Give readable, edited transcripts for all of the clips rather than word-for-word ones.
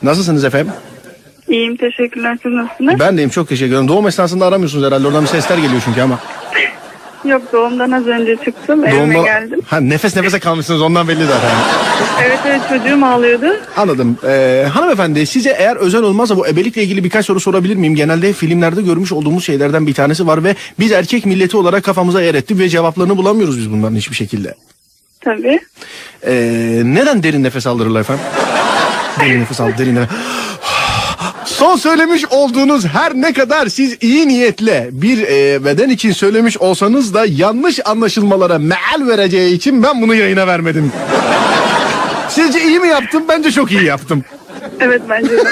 Nasılsınız efendim? İyiyim, teşekkürler. Siz nasılsınız? Ben deyim, çok teşekkür ederim. Doğum esnasında aramıyorsunuz herhalde. Oradan bir sesler geliyor çünkü ama. Yok, doğumdan az önce çıktım. Evime geldim. Ha, nefes nefese kalmışsınız, ondan belli zaten. Evet, çocuğum ağlıyordu. Anladım. Hanımefendi, size eğer özel olmazsa bu ebelikle ilgili birkaç soru sorabilir miyim? Genelde filmlerde görmüş olduğumuz şeylerden bir tanesi var ve biz erkek milleti olarak kafamıza yer ettik ve cevaplarını bulamıyoruz biz bunların hiçbir şekilde. Tabii. Neden derin nefes aldırırlar efendim? Derin nefes al, derin nefes. Son söylemiş olduğunuz her ne kadar siz iyi niyetle bir beden için söylemiş olsanız da yanlış anlaşılmalara meal vereceği için ben bunu yayına vermedim. Sizce iyi mi yaptım? Bence çok iyi yaptım. Evet, bence de.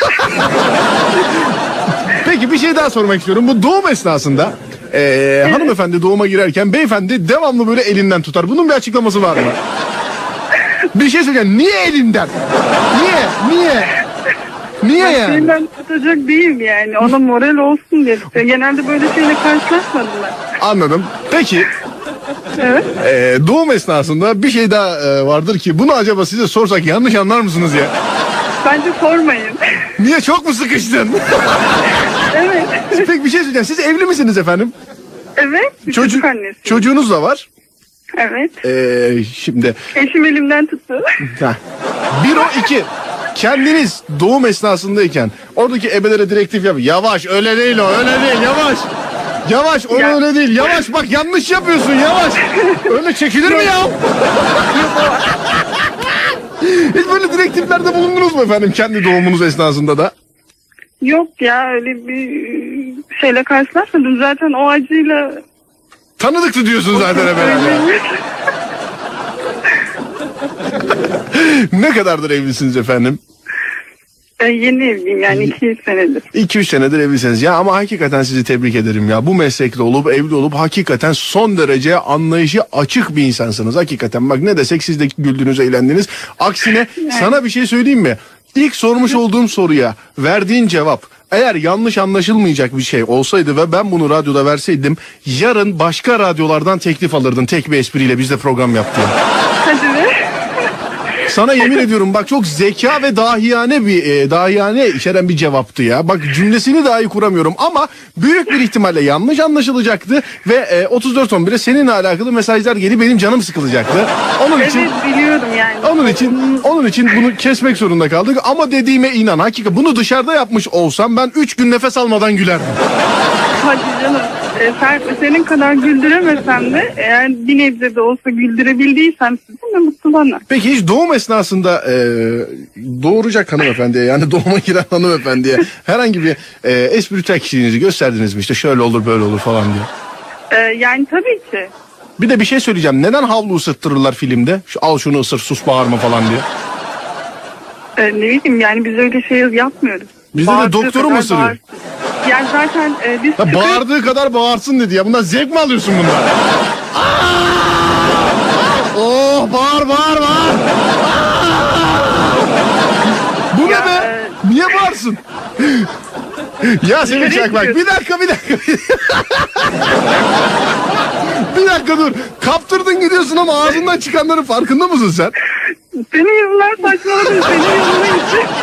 Peki bir şey daha sormak istiyorum. Bu doğum esnasında hanımefendi doğuma girerken beyefendi devamlı böyle elinden tutar. Bunun bir açıklaması var mı? Bir şey söyleyeceğim. Niye elinden? Niye yani? Elinden tutacak değil yani. Ona moral olsun diye. Genelde böyle şeyle karşılaşmadım ben. Anladım. Peki Evet. doğum esnasında bir şey daha vardır ki bunu acaba size sorsak yanlış anlar mısınız ya? Bence sormayın. Niye, çok mu sıkıştın? Evet. Peki bir şey söyleyeceğim. Siz evli misiniz efendim? Evet. Bir çocuk annesi. Çocuğunuz da var. Evet. Şimdi. Eşim elimden tuttu. Bir o iki. Kendiniz doğum esnasındayken oradaki ebelere direktif yap. Yavaş, öyle değil o, öyle değil, yavaş. Yavaş, o öyle değil. Yavaş, bak yanlış yapıyorsun, yavaş. Öyle çekilir mi ya? Hiç böyle direktiflerde bulundunuz mu efendim kendi doğumunuz esnasında da? Yok ya, öyle bir şeyle karşılaşmadım. Zaten o acıyla... Tanıdıktı diyorsun zaten ebelerle. Ne kadardır evlisiniz efendim? Yeni evliyim yani 2 senedir. 2-3 senedir evlisiniz. Ya ama hakikaten sizi tebrik ederim ya. Bu meslekte olup evli olup hakikaten son derece anlayışı açık bir insansınız. Hakikaten bak ne desek siz de güldünüz, eğlendiniz. Aksine sana bir şey söyleyeyim mi? İlk sormuş olduğum soruya verdiğin cevap eğer yanlış anlaşılmayacak bir şey olsaydı ve ben bunu radyoda verseydim yarın başka radyolardan teklif alırdın tek bir espriyle bizde program yap diye. Hadi be. Sana yemin ediyorum bak çok zeka ve dahiyane içeren bir cevaptı ya. Bak cümlesini dahi kuramıyorum ama büyük bir ihtimalle yanlış anlaşılacaktı ve 3411'e seninle alakalı mesajlar gelip benim canım sıkılacaktı. Onun için Evet, biliyorum yani. onun için bunu kesmek zorunda kaldık ama dediğime inan hakikaten bunu dışarıda yapmış olsam ben 3 gün nefes almadan gülerdim. Hadi canım. Senin kadar güldüremesem de eğer bir nebze de olsa güldürebildiysem sizi ne mutlu bana. Peki hiç doğum esnasında doğuracak hanımefendiye yani doğuma giren hanımefendiye herhangi bir espritüel kişiliğinizi gösterdiniz mi? İşte şöyle olur böyle olur falan diye. Yani tabii ki. Bir de bir şey söyleyeceğim. Neden havlu ısıttırırlar filmde? Al şunu ısır sus bağırma falan diye. Ne bileyim yani biz öyle şey yapmıyoruz. Bizde de doktoru mu ısırıyor? Bağırsın. Yani zaten biz Bağırdığı kadar bağırsın dedi ya. Bundan zevk mi alıyorsun bundan? Oh bağır. Bu ne be? Niye bağırsın? Ya Semih Çak bak bir dakika. Bir dakika dur. Kaptırdın gidiyorsun ama ağzından çıkanların farkında mısın sen? Senin yüzünden saçmaladım. Senin yüzünden için.